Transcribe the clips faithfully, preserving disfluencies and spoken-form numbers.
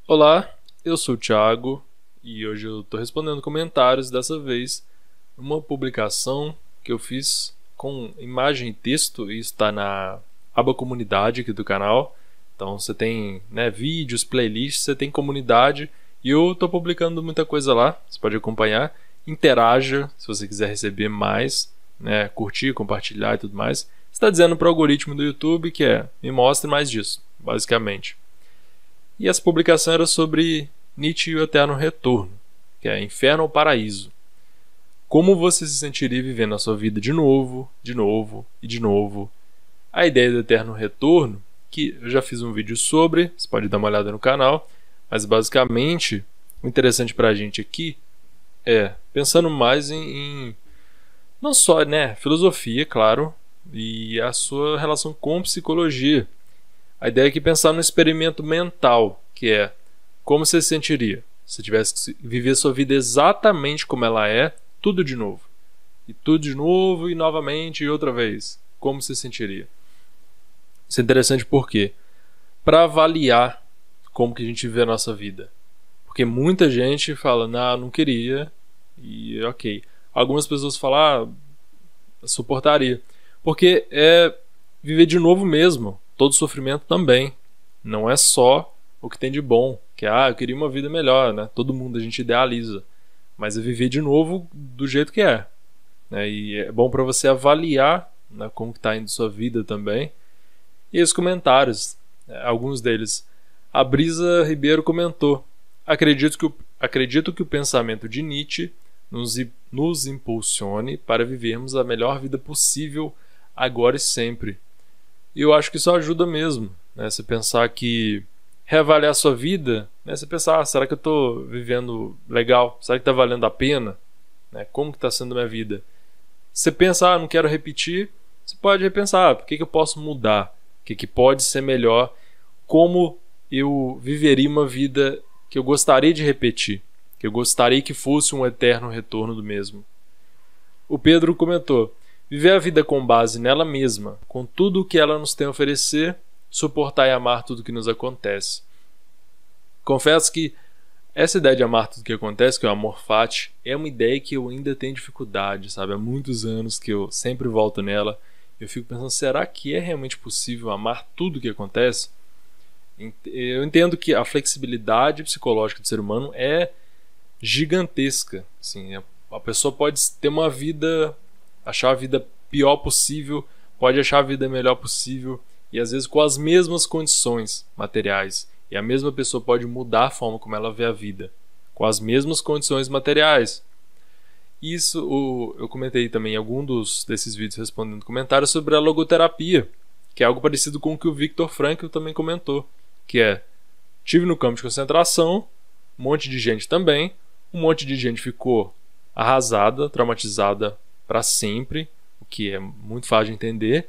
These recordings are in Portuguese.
Olá, eu sou o Thiago e hoje eu estou respondendo comentários, dessa vez uma publicação que eu fiz com imagem e texto e está na aba comunidade aqui do canal. Então você tem, né, vídeos, playlists, você tem comunidade e eu estou publicando muita coisa lá, você pode acompanhar, interaja se você quiser receber mais, né, curtir, compartilhar e tudo mais. Está dizendo para o algoritmo do YouTube que é, me mostre mais disso, basicamente. E essa publicação era sobre Nietzsche e o Eterno Retorno, que é Inferno ou Paraíso. Como você se sentiria vivendo a sua vida de novo, de novo e de novo. A ideia do Eterno Retorno, que eu já fiz um vídeo sobre, você pode dar uma olhada no canal, mas basicamente o interessante para a gente aqui é, pensando mais em, em não só, né, filosofia, claro, e a sua relação com psicologia. A ideia é que pensar no experimento mental, que é como você se sentiria se tivesse que viver sua vida exatamente como ela é, tudo de novo. E tudo de novo, e novamente, e outra vez. Como você se sentiria? Isso é interessante por quê? Para avaliar como que a gente vê a nossa vida. Porque muita gente fala, não, não queria, e ok. Algumas pessoas falam, ah, suportaria. Porque é viver de novo mesmo. Todo sofrimento também. Não é só o que tem de bom. Que é, ah, eu queria uma vida melhor, né? Todo mundo a gente idealiza. Mas é viver de novo do jeito que é. Né? E é bom para você avaliar, né, como está indo sua vida também. E os comentários. Né? Alguns deles. A Brisa Ribeiro comentou. Acredito que o, acredito que o pensamento de Nietzsche nos, nos impulsione para vivermos a melhor vida possível agora e sempre. E eu acho que isso ajuda mesmo, né? Você pensar que reavaliar a sua vida, né? Você pensar, ah, será que eu estou vivendo legal? Será que está valendo a pena? Né? Como que está sendo a minha vida? Você pensa, ah, não quero repetir, você pode repensar, ah, o que, que eu posso mudar? O que, que pode ser melhor? Como eu viveria uma vida que eu gostaria de repetir? Que eu gostaria que fosse um eterno retorno do mesmo? O Pedro comentou, viver a vida com base nela mesma, com tudo o que ela nos tem a oferecer, suportar e amar tudo o que nos acontece. Confesso que essa ideia de amar tudo o que acontece, que é o amor fati, é uma ideia que eu ainda tenho dificuldade, sabe? Há muitos anos que eu sempre volto nela. Eu fico pensando, será que é realmente possível amar tudo o que acontece? Eu entendo que a flexibilidade psicológica do ser humano é gigantesca. Assim, a pessoa pode ter uma vida... achar a vida pior possível, pode achar a vida melhor possível, e às vezes com as mesmas condições materiais. E a mesma pessoa pode mudar a forma como ela vê a vida, com as mesmas condições materiais. Isso o, eu comentei também em algum dos, desses vídeos respondendo comentários sobre a logoterapia, que é algo parecido com o que o Viktor Frankl também comentou, que é, tive no campo de concentração, um monte de gente também, um monte de gente ficou arrasada, traumatizada para sempre, o que é muito fácil de entender,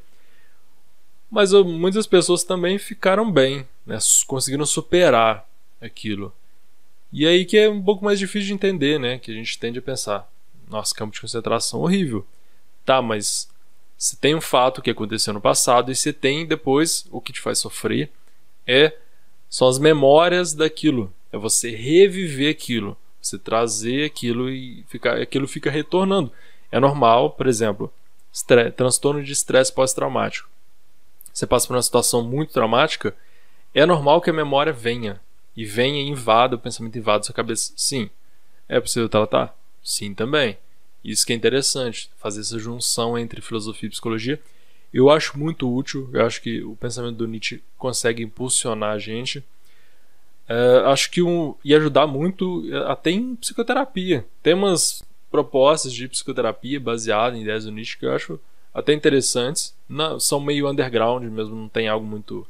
mas muitas pessoas também ficaram bem, né? Conseguiram superar aquilo. E aí que é um pouco mais difícil de entender, né? Que a gente tende a pensar, nossa, campo de concentração horrível. Tá, mas se tem um fato que aconteceu no passado e se tem depois o que te faz sofrer é são as memórias daquilo, é você reviver aquilo, você trazer aquilo e ficar, aquilo fica retornando. É normal, por exemplo, estresse, transtorno de estresse pós-traumático. Você passa por uma situação muito traumática, é normal que a memória venha. E venha e invada, o pensamento invada a sua cabeça. Sim. É possível tratar? Sim, também. Isso que é interessante, fazer essa junção entre filosofia e psicologia. Eu acho muito útil, eu acho que o pensamento do Nietzsche consegue impulsionar a gente. Uh, acho que um, ia ajudar muito até em psicoterapia. Tem umas propostas de psicoterapia baseadas em ideias do Nietzsche que eu acho até interessantes. Não, são meio underground mesmo, não tem algo muito,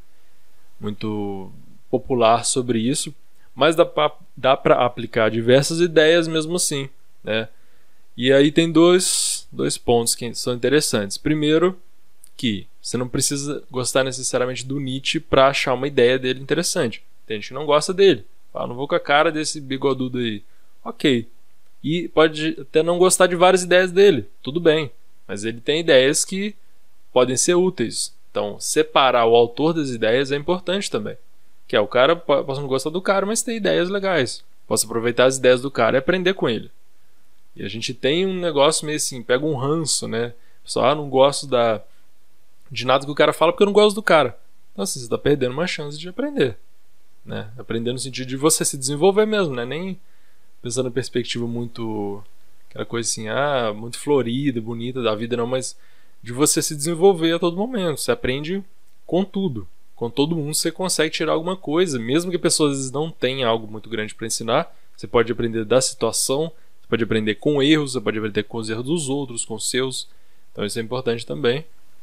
muito popular sobre isso, mas dá para dá para aplicar diversas ideias mesmo assim, né? E aí tem dois, dois pontos que são interessantes. Primeiro, que você não precisa gostar necessariamente do Nietzsche para achar uma ideia dele interessante. Tem gente que não gosta dele, fala, não vou com a cara desse bigodudo aí. Ok. E pode até não gostar de várias ideias dele, tudo bem, mas ele tem ideias que podem ser úteis. Então, separar o autor das ideias é importante também. Que é, o cara, posso não gostar do cara, mas tem ideias legais. Posso aproveitar as ideias do cara e aprender com ele. E a gente tem um negócio meio assim, pega um ranço, né? Pessoal, ah, não gosto da, de nada que o cara fala porque eu não gosto do cara. Então assim, você tá perdendo uma chance de aprender. Né? Aprender no sentido de você se desenvolver mesmo, né? Nem pensando em perspectiva muito... aquela coisa assim, ah, muito florida, bonita da vida, não, mas de você se desenvolver a todo momento. Você aprende com tudo. Com todo mundo você consegue tirar alguma coisa, mesmo que a pessoa às vezes não tenha algo muito grande para ensinar. Você pode aprender da situação, você pode aprender com erros, você pode aprender com os erros dos outros, com os seus. Então isso é importante também.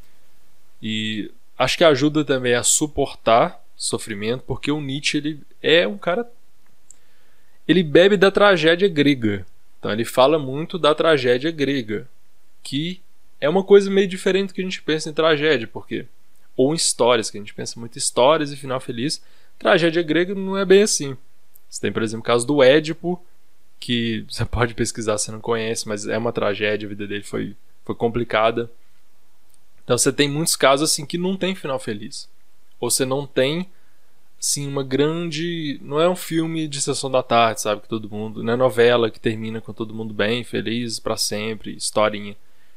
E acho que ajuda também a suportar sofrimento, porque o Nietzsche ele é um cara... ele bebe da tragédia grega. Então ele fala muito da tragédia grega, que é uma coisa meio diferente do que a gente pensa em tragédia, porque... ou em histórias, que a gente pensa muito em histórias e final feliz. Tragédia grega não é bem assim. Você tem, por exemplo, o caso do Édipo, que você pode pesquisar se não conhece, mas é uma tragédia, a vida dele foi, foi complicada. Então você tem muitos casos assim que não tem final feliz. Ou você não tem assim, uma grande... não é um filme de sessão da tarde, sabe? Que todo mundo... não é novela que termina com todo mundo bem, feliz pra sempre, historinha.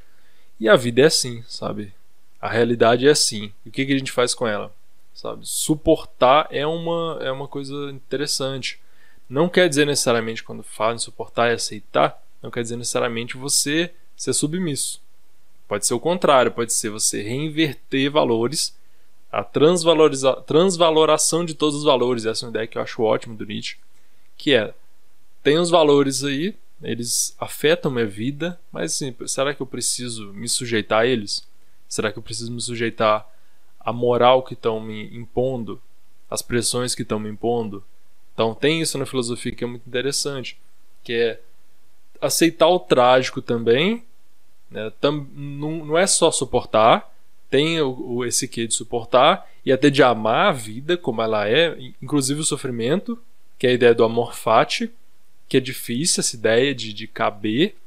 E a vida é assim, sabe? A realidade é assim. E o que, que a gente faz com ela? Sabe? Suportar é uma, é uma coisa interessante. Não quer dizer necessariamente, quando fala em suportar e aceitar, não quer dizer necessariamente você ser submisso. Pode ser o contrário, pode ser você reinverter valores, a transvaloriza- transvaloração de todos os valores. Essa é uma ideia que eu acho ótima do Nietzsche, que é, tem os valores aí, eles afetam minha vida, mas assim, será que eu preciso me sujeitar a eles? Será que eu preciso me sujeitar à moral que estão me impondo? Às pressões que estão me impondo? Então tem isso na filosofia que é muito interessante, que é aceitar o trágico também, né? Tam, não, não é só suportar, tem o, o, esse quê de suportar e até de amar a vida como ela é, inclusive o sofrimento, que é a ideia do amor fati, que é difícil essa ideia de, de caber,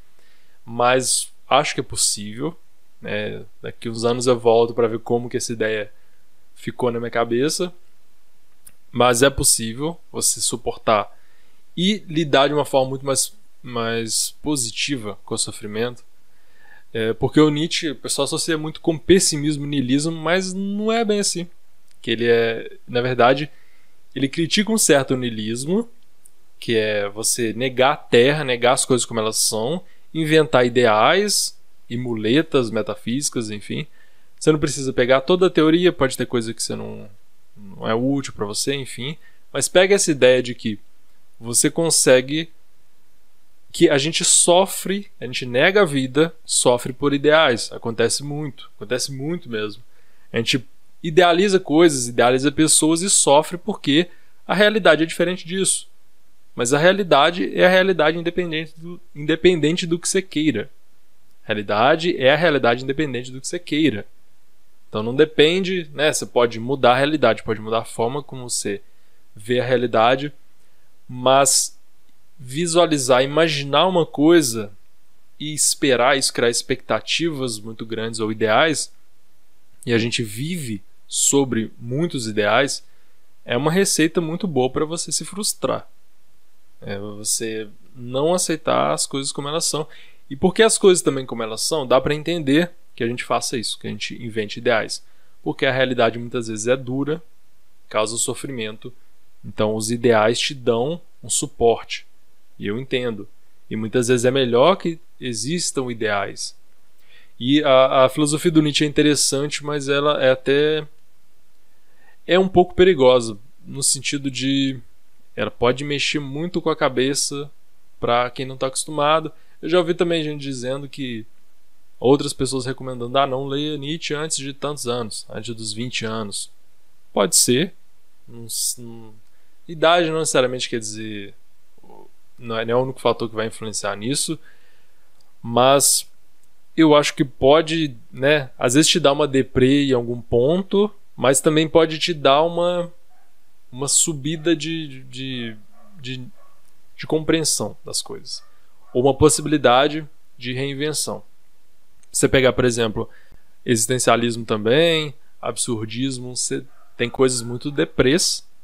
mas acho que é possível. É, daqui uns anos eu volto para ver como que essa ideia ficou na minha cabeça, mas é possível você suportar e lidar de uma forma muito mais, mais positiva com o sofrimento, é, porque o Nietzsche, o pessoal associa muito com pessimismo e niilismo, mas não é bem assim, que ele é, na verdade, ele critica um certo niilismo, que é você negar a terra, negar as coisas como elas são, inventar ideais e muletas metafísicas, enfim. Você não precisa pegar toda a teoria, pode ter coisa que você não, não é útil para você, enfim. Mas pega essa ideia de que você consegue... que a gente sofre, a gente nega a vida, sofre por ideais. Acontece muito, acontece muito mesmo. A gente idealiza coisas, idealiza pessoas e sofre porque a realidade é diferente disso. Mas a realidade é a realidade independente do, independente do que você queira. Realidade é a realidade independente do que você queira. Então não depende, né? Você pode mudar a realidade, pode mudar a forma como você vê a realidade, mas visualizar, imaginar uma coisa e esperar isso, criar expectativas muito grandes ou ideais, e a gente vive sobre muitos ideais, é uma receita muito boa para você se frustrar. É você não aceitar as coisas como elas são. E porque as coisas também como elas são, dá para entender que a gente faça isso, que a gente invente ideais. Porque a realidade muitas vezes é dura, causa sofrimento. Então os ideais te dão um suporte. E eu entendo. E muitas vezes é melhor que existam ideais. E a, a filosofia do Nietzsche é interessante, mas ela é até... é um pouco perigosa, no sentido de... ela pode mexer muito com a cabeça para quem não está acostumado. Eu já ouvi também gente dizendo que outras pessoas recomendando, ah, não leia Nietzsche antes de tantos anos, antes dos vinte anos. Pode ser. Não, não, idade não necessariamente quer dizer... não é, não é o único fator que vai influenciar nisso, mas eu acho que pode, né, às vezes te dar uma deprê em algum ponto, mas também pode te dar uma, uma subida de, de, de, de compreensão das coisas. Ou uma possibilidade de reinvenção. Você pegar, por exemplo, existencialismo também, absurdismo, você tem coisas muito deprês,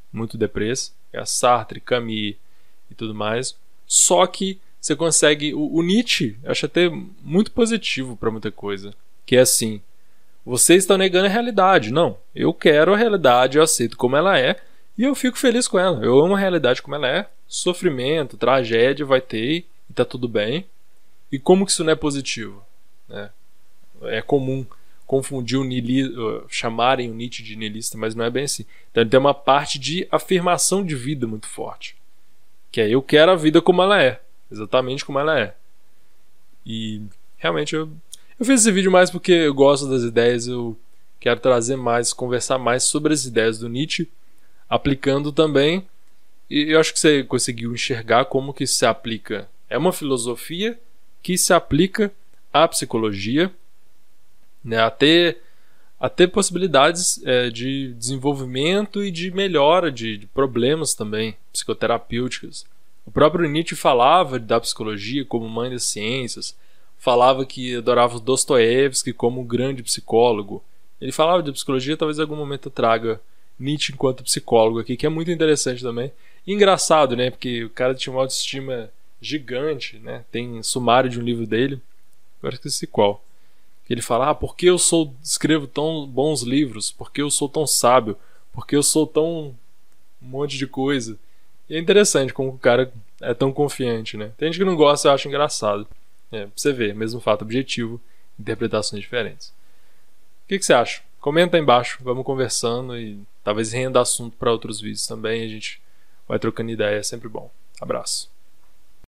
muito depressa, é Sartre, Camus e tudo mais. Só que você consegue... O, o Nietzsche, eu acho até muito positivo para muita coisa, que é assim, vocês estão negando a realidade. Não, eu quero a realidade, eu aceito como ela é, e eu fico feliz com ela. Eu amo a realidade como ela é, sofrimento, tragédia vai ter, e tá tudo bem. E como que isso não é positivo? É, é comum confundir o niilismo, chamarem o Nietzsche de niilista, mas não é bem assim. Então ele tem uma parte de afirmação de vida muito forte, que é eu quero a vida como ela é, exatamente como ela é. E realmente eu, eu fiz esse vídeo mais porque eu gosto das ideias, eu quero trazer mais, conversar mais sobre as ideias do Nietzsche, aplicando também, e eu acho que você conseguiu enxergar como que se aplica. É uma filosofia que se aplica à psicologia, né, a ter, a ter possibilidades é, de desenvolvimento e de melhora de, de problemas também psicoterapêuticos. O próprio Nietzsche falava da psicologia como mãe das ciências, falava que adorava o Dostoiévski como um grande psicólogo. Ele falava de psicologia, talvez em algum momento eu traga Nietzsche enquanto psicólogo aqui, que é muito interessante também. E engraçado, né, porque o cara tinha uma autoestima gigante, né? Tem sumário de um livro dele, agora esqueci qual. Ele fala, ah, por que eu sou, escrevo tão bons livros? Por que eu sou tão sábio? Por que eu sou tão um monte de coisa? E é interessante como o cara é tão confiante, né? Tem gente que não gosta, eu acho engraçado. É, pra você ver, mesmo fato objetivo, interpretações diferentes. O que, que você acha? Comenta aí embaixo, vamos conversando e talvez renda assunto para outros vídeos também, a gente vai trocando ideia, é sempre bom. Abraço.